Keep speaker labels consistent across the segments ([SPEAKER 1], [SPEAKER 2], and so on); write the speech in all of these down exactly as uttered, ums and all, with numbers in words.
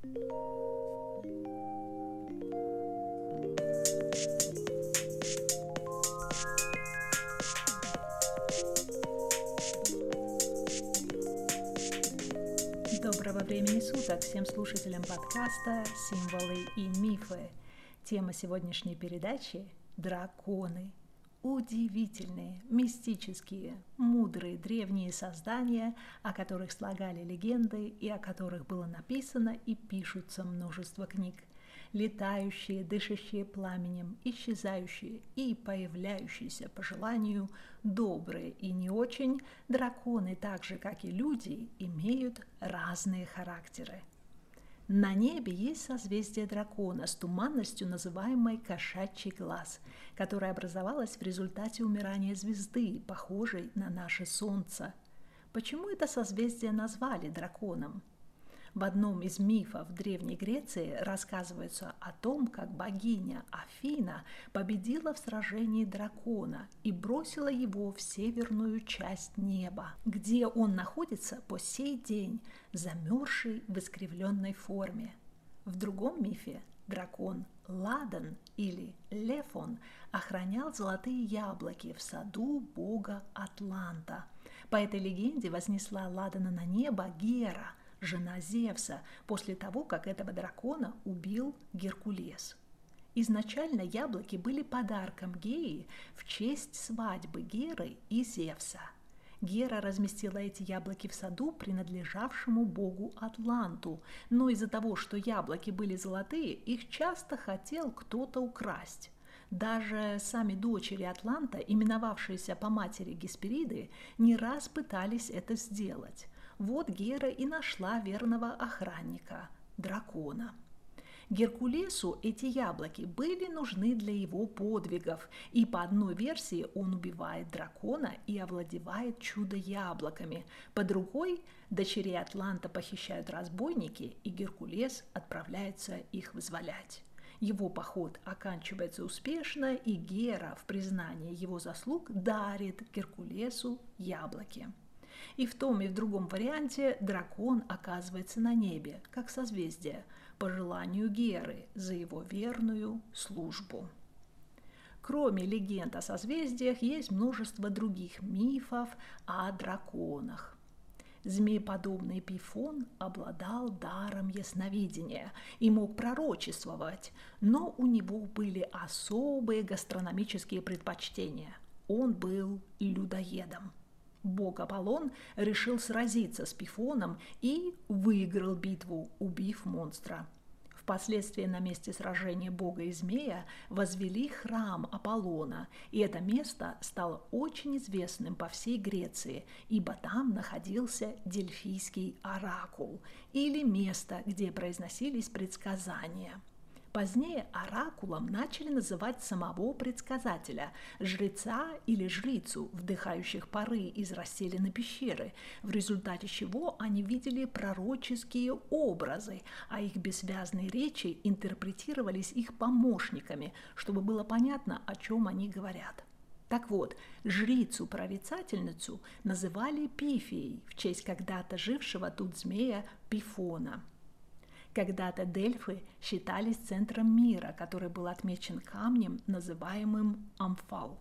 [SPEAKER 1] Доброго времени суток всем слушателям подкаста «Символы и мифы». Тема сегодняшней передачи – драконы. Удивительные, мистические, мудрые древние создания, о которых слагали легенды и о которых было написано и пишутся множество книг. Летающие, дышащие пламенем, исчезающие и появляющиеся по желанию, добрые и не очень, драконы, так же как и люди, имеют разные характеры. На небе есть созвездие дракона с туманностью, называемой кошачий глаз, которая образовалась в результате умирания звезды, похожей на наше Солнце. Почему это созвездие назвали драконом? В одном из мифов Древней Греции рассказывается о том, как богиня Афина победила в сражении дракона и бросила его в северную часть неба, где он находится по сей день, замерзший в искривленной форме. В другом мифе дракон Ладан или Лефон охранял золотые яблоки в саду бога Атланта. По этой легенде вознесла Ладана на небо Гера, жена Зевса, после того, как этого дракона убил Геркулес. Изначально яблоки были подарком Геи в честь свадьбы Геры и Зевса. Гера разместила эти яблоки в саду, принадлежавшему богу Атланту, но из-за того, что яблоки были золотые, их часто хотел кто-то украсть. Даже сами дочери Атланта, именовавшиеся по матери Геспериды, не раз пытались это сделать. Вот Гера и нашла верного охранника – дракона. Геркулесу эти яблоки были нужны для его подвигов, и по одной версии он убивает дракона и овладевает чудо-яблоками. По другой – дочерей Атланта похищают разбойники, и Геркулес отправляется их вызволять. Его поход оканчивается успешно, и Гера в признание его заслуг дарит Геркулесу яблоки. И в том и в другом варианте дракон оказывается на небе, как созвездие, по желанию Геры за его верную службу. Кроме легенд о созвездиях, есть множество других мифов о драконах. Змееподобный Пифон обладал даром ясновидения и мог пророчествовать, но у него были особые гастрономические предпочтения. Он был людоедом. Бог Аполлон решил сразиться с Пифоном и выиграл битву, убив монстра. Впоследствии на месте сражения бога и змея возвели храм Аполлона, и это место стало очень известным по всей Греции, ибо там находился Дельфийский оракул, или место, где произносились предсказания. Позднее оракулом начали называть самого предсказателя, жреца или жрицу, вдыхающих пары из расселены пещеры, в результате чего они видели пророческие образы, а их бессвязные речи интерпретировались их помощниками, чтобы было понятно, о чем они говорят. Так вот, жрицу-прорицательницу называли Пифией в честь когда-то жившего тут змея Пифона. Когда-то Дельфы считались центром мира, который был отмечен камнем, называемым Амфал.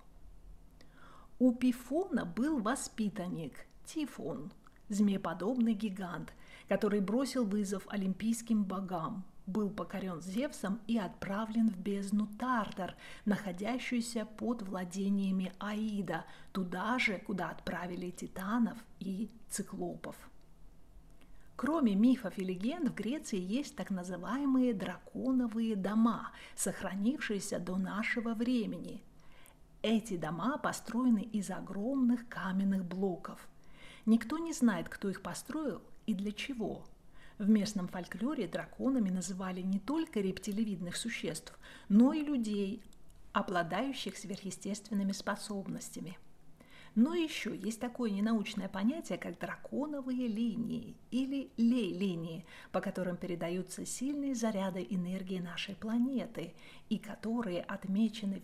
[SPEAKER 1] У Пифона был воспитанник Тифон, змееподобный гигант, который бросил вызов олимпийским богам, был покорен Зевсом и отправлен в бездну Тартар, находящуюся под владениями Аида, туда же, куда отправили титанов и циклопов. Кроме мифов и легенд, в Греции есть так называемые драконовые дома, сохранившиеся до нашего времени. Эти дома построены из огромных каменных блоков. Никто не знает, кто их построил и для чего. В местном фольклоре драконами называли не только рептиловидных существ, но и людей, обладающих сверхъестественными способностями. Но еще есть такое ненаучное понятие, как драконовые линии или лей-линии, по которым передаются сильные заряды энергии нашей планеты и которые отмечены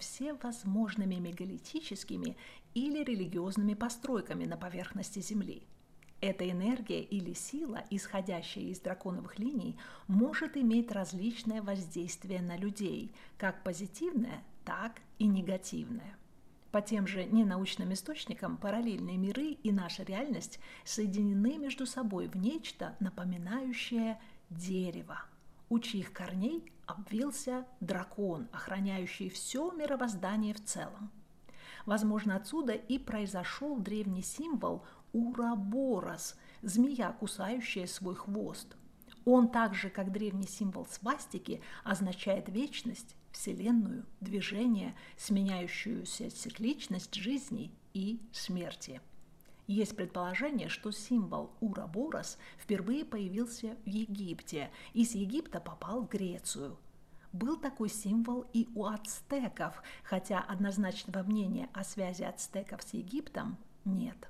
[SPEAKER 1] всевозможными мегалитическими или религиозными постройками на поверхности Земли. Эта энергия или сила, исходящая из драконовых линий, может иметь различное воздействие на людей, как позитивное, так и негативное. По тем же ненаучным источникам параллельные миры и наша реальность соединены между собой в нечто, напоминающее дерево, у чьих корней обвился дракон, охраняющий все мировоздание в целом. Возможно, отсюда и произошел древний символ Уроборос, змея, кусающая свой хвост. Он так же, как древний символ свастики, означает вечность, вселенную, движение, сменяющуюся цикличность жизни и смерти. Есть предположение, что символ Уроборос впервые появился в Египте и с Египта попал в Грецию. Был такой символ и у ацтеков, хотя однозначного мнения о связи ацтеков с Египтом нет.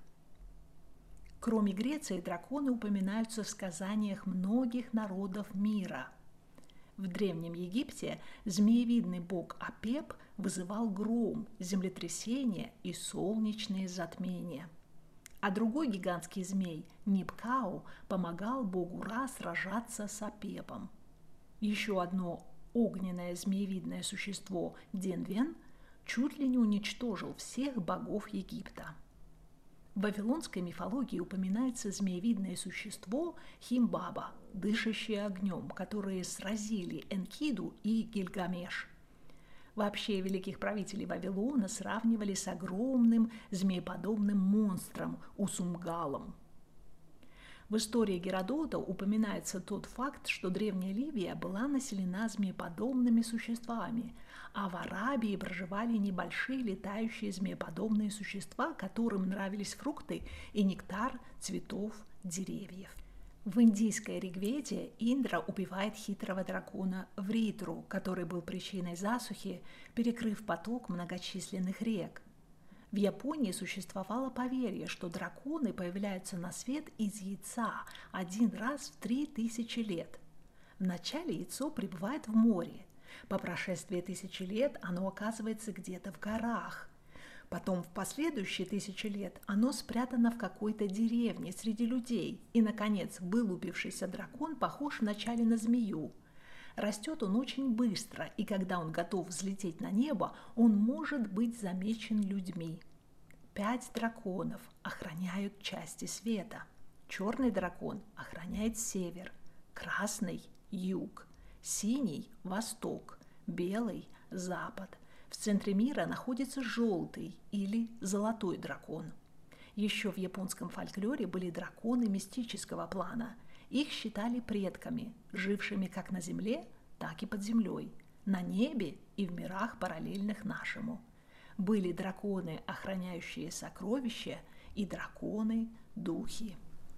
[SPEAKER 1] Кроме Греции, драконы упоминаются в сказаниях многих народов мира. В Древнем Египте змеевидный бог Апеп вызывал гром, землетрясения и солнечные затмения. А другой гигантский змей, Нипкау, помогал богу Ра сражаться с Апепом. Еще одно огненное змеевидное существо, Денвен, чуть ли не уничтожил всех богов Египта. В вавилонской мифологии упоминается змеевидное существо Химбаба, дышащее огнем, которые сразили Энкиду и Гильгамеш. Вообще великих правителей Вавилона сравнивали с огромным змееподобным монстром Усумгалом. В истории Геродота упоминается тот факт, что древняя Ливия была населена змееподобными существами, а в Арабии проживали небольшие летающие змееподобные существа, которым нравились фрукты и нектар цветов деревьев. В индийской Ригведе Индра убивает хитрого дракона Вритру, который был причиной засухи, перекрыв поток многочисленных рек. В Японии существовало поверье, что драконы появляются на свет из яйца один раз в три тысячи лет. Вначале яйцо пребывает в море. По прошествии тысячи лет оно оказывается где-то в горах. Потом в последующие тысячи лет оно спрятано в какой-то деревне среди людей. И, наконец, вылупившийся дракон похож вначале на змею. Растет он очень быстро, и когда он готов взлететь на небо, он может быть замечен людьми. Пять драконов охраняют части света. Черный дракон охраняет север, красный – юг, синий – восток, белый – запад. В центре мира находится желтый или золотой дракон. Еще в японском фольклоре были драконы мистического плана. Их считали предками, жившими как на земле, так и под землей, на небе и в мирах, параллельных нашему. Были драконы, охраняющие сокровища, и драконы-духи.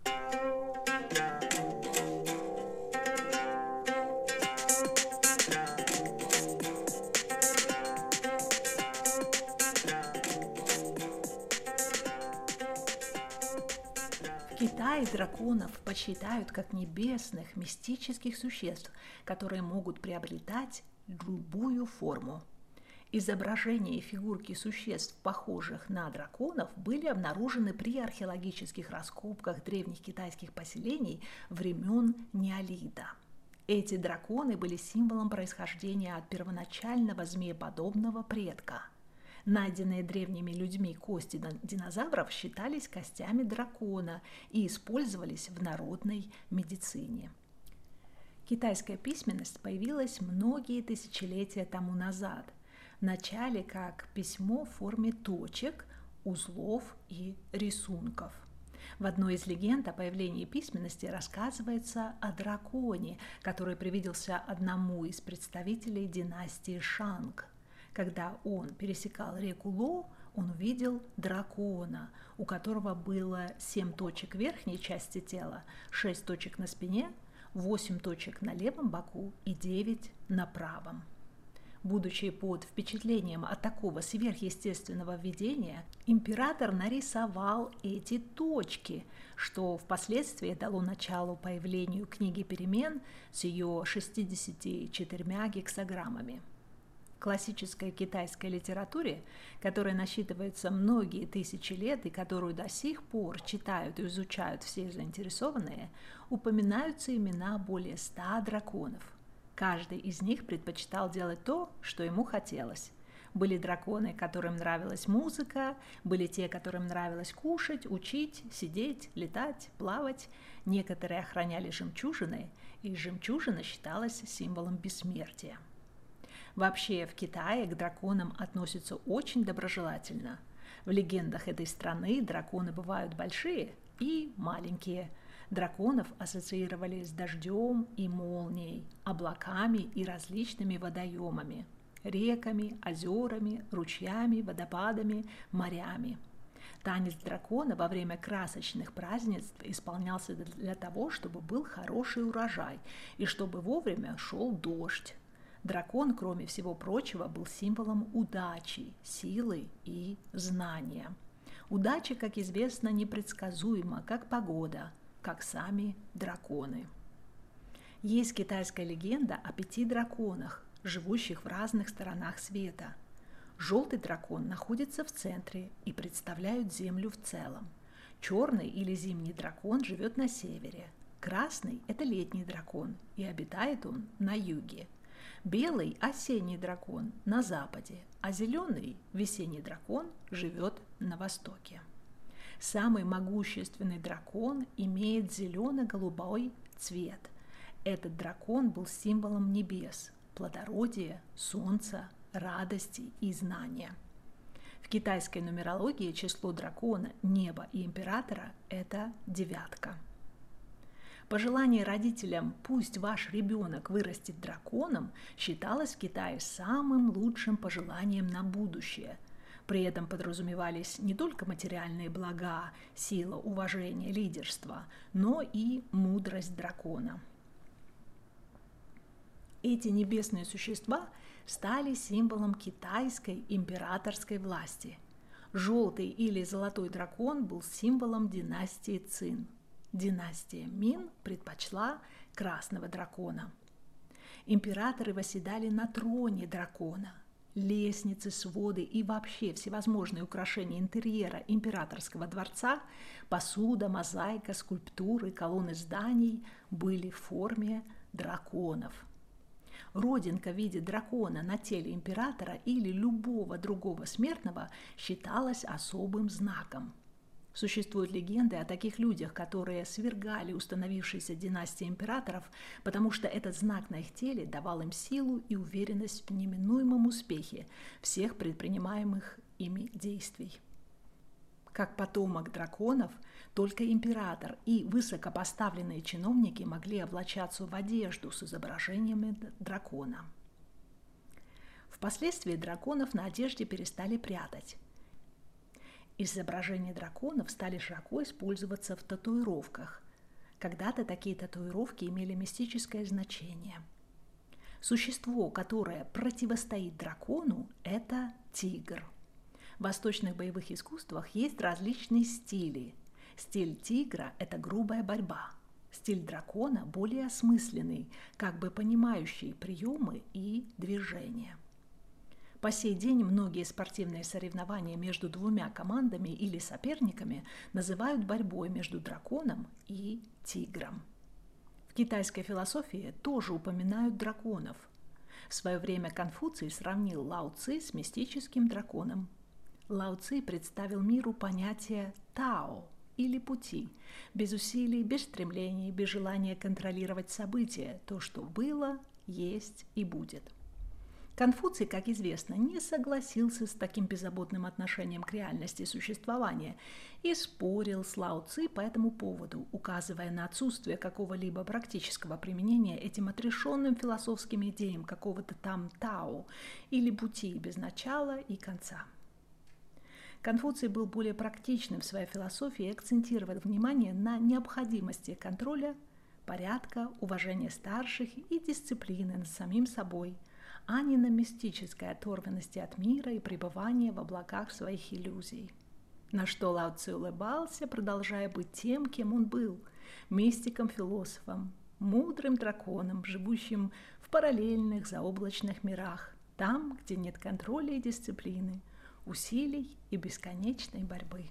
[SPEAKER 1] В Китае драконов почитают как небесных мистических существ, которые могут приобретать любую форму. Изображения и фигурки существ, похожих на драконов, были обнаружены при археологических раскопках древних китайских поселений времен Неолита. Эти драконы были символом происхождения от первоначального змееподобного предка. Найденные древними людьми кости динозавров считались костями дракона и использовались в народной медицине. Китайская письменность появилась многие тысячелетия тому назад, вначале как письмо в форме точек, узлов и рисунков. В одной из легенд о появлении письменности рассказывается о драконе, который привиделся одному из представителей династии Шанг. Когда он пересекал реку Ло, он увидел дракона, у которого было семь точек в верхней части тела, шесть точек на спине, восемь точек на левом боку и девять на правом. Будучи под впечатлением от такого сверхъестественного видения, император нарисовал эти точки, что впоследствии дало начало появлению книги перемен с ее шестьюдесятью четырьмя гексаграммами. классической китайской литературе, которая насчитывается многие тысячи лет и которую до сих пор читают и изучают все заинтересованные, упоминаются имена более ста драконов. Каждый из них предпочитал делать то, что ему хотелось. Были драконы, которым нравилась музыка, были те, которым нравилось кушать, учить, сидеть, летать, плавать. Некоторые охраняли жемчужины, и жемчужина считалась символом бессмертия. Вообще, в Китае к драконам относятся очень доброжелательно. В легендах этой страны драконы бывают большие и маленькие. Драконов ассоциировали с дождем и молнией, облаками и различными водоемами, реками, озерами, ручьями, водопадами, морями. Танец дракона во время красочных празднеств исполнялся для того, чтобы был хороший урожай и чтобы вовремя шел дождь. Дракон, кроме всего прочего, был символом удачи, силы и знания. Удача, как известно, непредсказуема, как погода, как сами драконы. Есть китайская легенда о пяти драконах, живущих в разных сторонах света. Желтый дракон находится в центре и представляет Землю в целом. Черный или зимний дракон живет на севере. Красный – это летний дракон, и обитает он на юге. Белый – осенний дракон на западе, а зеленый – весенний дракон живет на востоке. Самый могущественный дракон имеет зелено-голубой цвет. Этот дракон был символом небес, плодородия, солнца, радости и знания. В китайской нумерологии число дракона, неба и императора – это девятка. Пожелание родителям «пусть ваш ребенок вырастет драконом» считалось в Китае самым лучшим пожеланием на будущее. При этом подразумевались не только материальные блага, сила, уважение, лидерство, но и мудрость дракона. Эти небесные существа стали символом китайской императорской власти. Желтый или золотой дракон был символом династии Цин. Династия Мин предпочла красного дракона. Императоры восседали на троне дракона. Лестницы, своды и вообще всевозможные украшения интерьера императорского дворца, посуда, мозаика, скульптуры, колонны зданий были в форме драконов. Родинка в виде дракона на теле императора или любого другого смертного считалась особым знаком. Существуют легенды о таких людях, которые свергали установившиеся династии императоров, потому что этот знак на их теле давал им силу и уверенность в неминуемом успехе всех предпринимаемых ими действий. Как потомок драконов, только император и высокопоставленные чиновники могли облачаться в одежду с изображениями дракона. Впоследствии драконов на одежде перестали прятать. Изображения драконов стали широко использоваться в татуировках. Когда-то такие татуировки имели мистическое значение. Существо, которое противостоит дракону, это тигр. В восточных боевых искусствах есть различные стили. Стиль тигра – это грубая борьба. Стиль дракона более осмысленный, как бы понимающий приемы и движения. По сей день многие спортивные соревнования между двумя командами или соперниками называют борьбой между драконом и тигром. В китайской философии тоже упоминают драконов. В свое время Конфуций сравнил Лао Цзи с мистическим драконом. Лао Цзи представил миру понятие «тао» или «пути», без усилий, без стремлений, без желания контролировать события, то, что было, есть и будет. Конфуций, как известно, не согласился с таким беззаботным отношением к реальности существования и спорил с Лао Цзи по этому поводу, указывая на отсутствие какого-либо практического применения этим отрешенным философским идеям какого-то там тао или пути без начала и конца. Конфуций был более практичным в своей философии и акцентировал внимание на необходимости контроля, порядка, уважения старших и дисциплины над самим собой, а не на мистической оторванности от мира и пребывания в облаках своих иллюзий. На что Лао Цзи улыбался, продолжая быть тем, кем он был – мистиком-философом, мудрым драконом, живущим в параллельных заоблачных мирах, там, где нет контроля и дисциплины, усилий и бесконечной борьбы.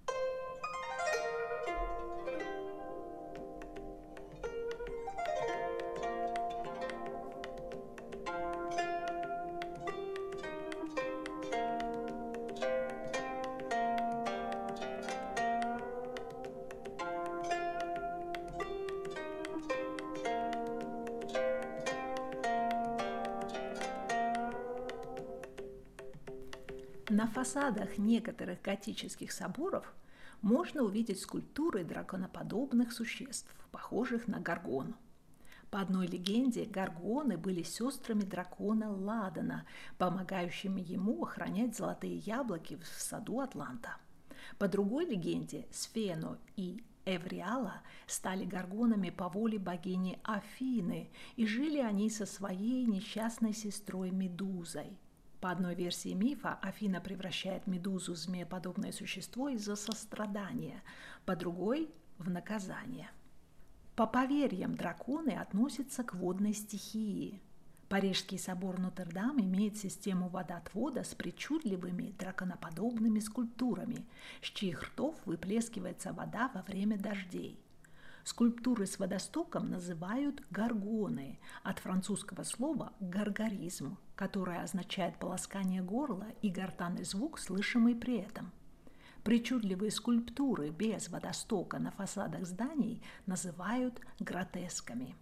[SPEAKER 1] На фасадах некоторых готических соборов можно увидеть скульптуры драконоподобных существ, похожих на горгону. По одной легенде, горгоны были сестрами дракона Ладана, помогающими ему охранять золотые яблоки в саду Атланта. По другой легенде, Сфено и Эвриала стали горгонами по воле богини Афины, и жили они со своей несчастной сестрой Медузой. По одной версии мифа, Афина превращает Медузу в змееподобное существо из-за сострадания, по другой – в наказание. По поверьям, драконы относятся к водной стихии. Парижский собор Нотр-Дам имеет систему водоотвода с причудливыми драконоподобными скульптурами, с чьих ртов выплескивается вода во время дождей. Скульптуры с водостоком называют горгоны, от французского слова «гаргаризм», которое означает полоскание горла и гортанный звук, слышимый при этом. Причудливые скульптуры без водостока на фасадах зданий называют гротесками.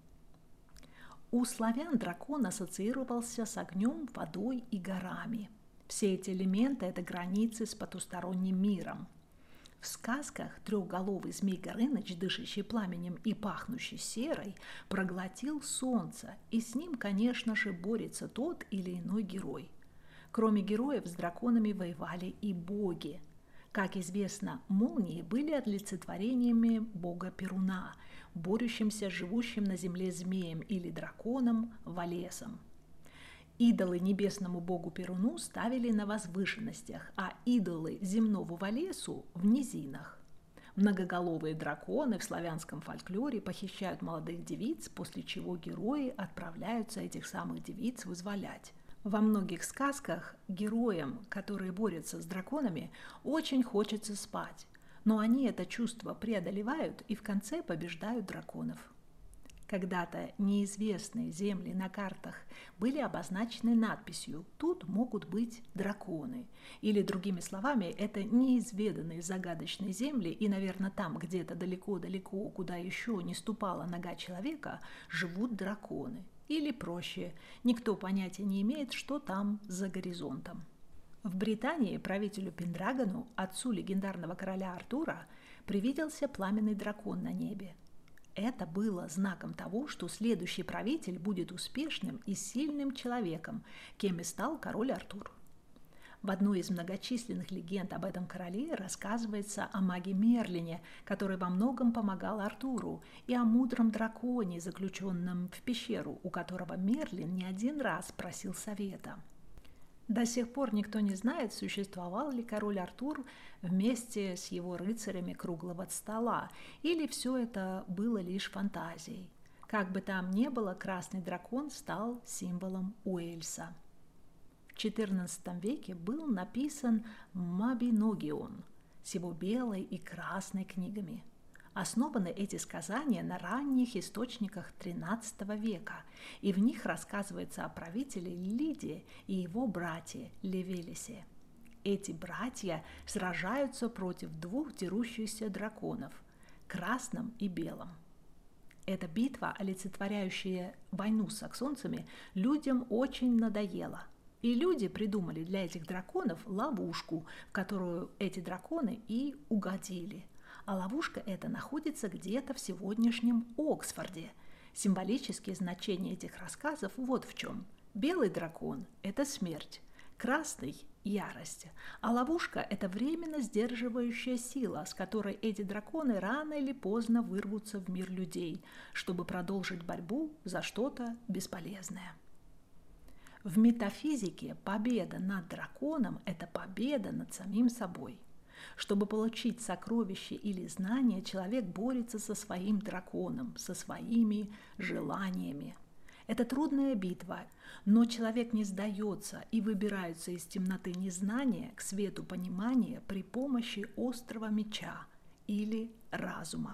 [SPEAKER 1] У славян дракон ассоциировался с огнем, водой и горами. Все эти элементы – это границы с потусторонним миром. В сказках трехголовый змей Горыныч, дышащий пламенем и пахнущий серой, проглотил солнце, и с ним, конечно же, борется тот или иной герой. Кроме героев, с драконами воевали и боги. Как известно, молнии были олицетворениями бога Перуна, борющимся с живущим на земле змеем или драконом Валесом. Идолы небесному богу Перуну ставили на возвышенностях, а идолы земному Валесу – в низинах. Многоголовые драконы в славянском фольклоре похищают молодых девиц, после чего герои отправляются этих самых девиц вызволять. Во многих сказках героям, которые борются с драконами, очень хочется спать, но они это чувство преодолевают и в конце побеждают драконов. Когда-то неизвестные земли на картах были обозначены надписью «Тут могут быть драконы». Или, другими словами, это неизведанные загадочные земли, и, наверное, там где-то далеко-далеко, куда еще не ступала нога человека, живут драконы. Или проще, никто понятия не имеет, что там за горизонтом. В Британии правителю Пендрагону, отцу легендарного короля Артура, привиделся пламенный дракон на небе. Это было знаком того, что следующий правитель будет успешным и сильным человеком, кем и стал король Артур. В одной из многочисленных легенд об этом короле рассказывается о маге Мерлине, который во многом помогал Артуру, и о мудром драконе, заключенном в пещеру, у которого Мерлин не один раз просил совета. До сих пор никто не знает, существовал ли король Артур вместе с его рыцарями круглого стола, или все это было лишь фантазией. Как бы там ни было, красный дракон стал символом Уэльса. В четырнадцатом веке был написан Мабиногион с его белой и красной книгами. Основаны эти сказания на ранних источниках тринадцатого века, и в них рассказывается о правителе Лиде и его брате Левелисе. Эти братья сражаются против двух дерущихся драконов – красном и белом. Эта битва, олицетворяющая войну с саксонцами, людям очень надоела. И люди придумали для этих драконов ловушку, в которую эти драконы и угодили. А ловушка эта находится где-то в сегодняшнем Оксфорде. Символические значения этих рассказов вот в чем. Белый дракон – это смерть, красный – ярость, а ловушка – это временно сдерживающая сила, с которой эти драконы рано или поздно вырвутся в мир людей, чтобы продолжить борьбу за что-то бесполезное. В метафизике победа над драконом – это победа над самим собой. Чтобы получить сокровище или знание, человек борется со своим драконом, со своими желаниями. Это трудная битва, но человек не сдается и выбирается из темноты незнания к свету понимания при помощи острого меча или разума.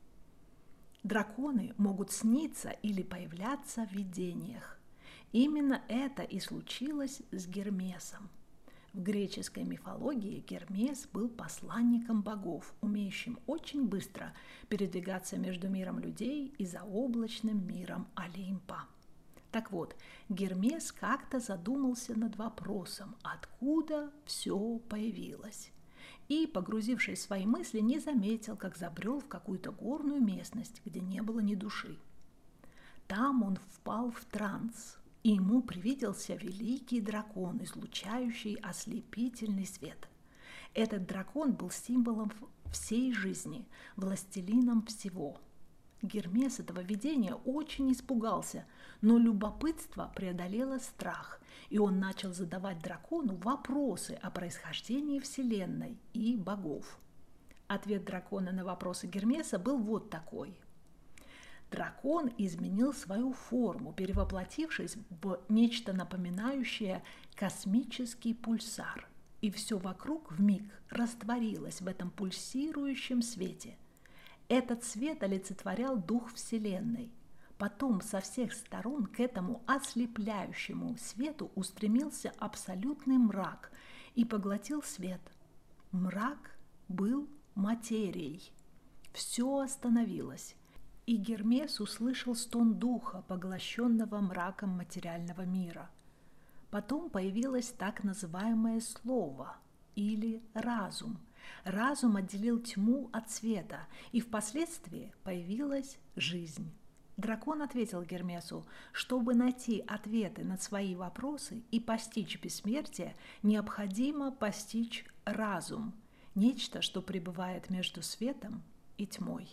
[SPEAKER 1] Драконы могут сниться или появляться в видениях. Именно это и случилось с Гермесом. В греческой мифологии Гермес был посланником богов, умеющим очень быстро передвигаться между миром людей и заоблачным миром Олимпа. Так вот, Гермес как-то задумался над вопросом, откуда все появилось. И, погрузившись в свои мысли, не заметил, как забрел в какую-то горную местность, где не было ни души. Там он впал в транс, и ему привиделся великий дракон, излучающий ослепительный свет. Этот дракон был символом всей жизни, властелином всего. Гермес этого видения очень испугался, но любопытство преодолело страх, и он начал задавать дракону вопросы о происхождении Вселенной и богов. Ответ дракона на вопросы Гермеса был вот такой. Дракон изменил свою форму, перевоплотившись в нечто напоминающее космический пульсар, и все вокруг вмиг растворилось в этом пульсирующем свете. Этот свет олицетворял дух Вселенной. Потом со всех сторон к этому ослепляющему свету устремился абсолютный мрак и поглотил свет. Мрак был материей. Все остановилось, и Гермес услышал стон духа, поглощенного мраком материального мира. Потом появилось так называемое слово или разум. Разум отделил тьму от света, и впоследствии появилась жизнь. Дракон ответил Гермесу, чтобы найти ответы на свои вопросы и постичь бессмертие, необходимо постичь разум, нечто, что пребывает между светом и тьмой.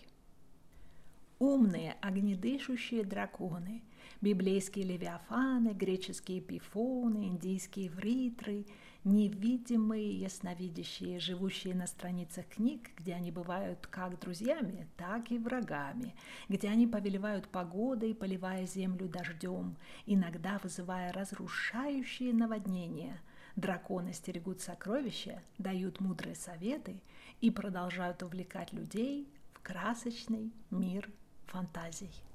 [SPEAKER 1] Умные, огнедышащие драконы, библейские левиафаны, греческие пифоны, индийские вритры, невидимые ясновидящие, живущие на страницах книг, где они бывают как друзьями, так и врагами, где они повелевают погодой, поливая землю дождем, иногда вызывая разрушающие наводнения. Драконы стерегут сокровища, дают мудрые советы и продолжают увлекать людей в красочный мир фантазий.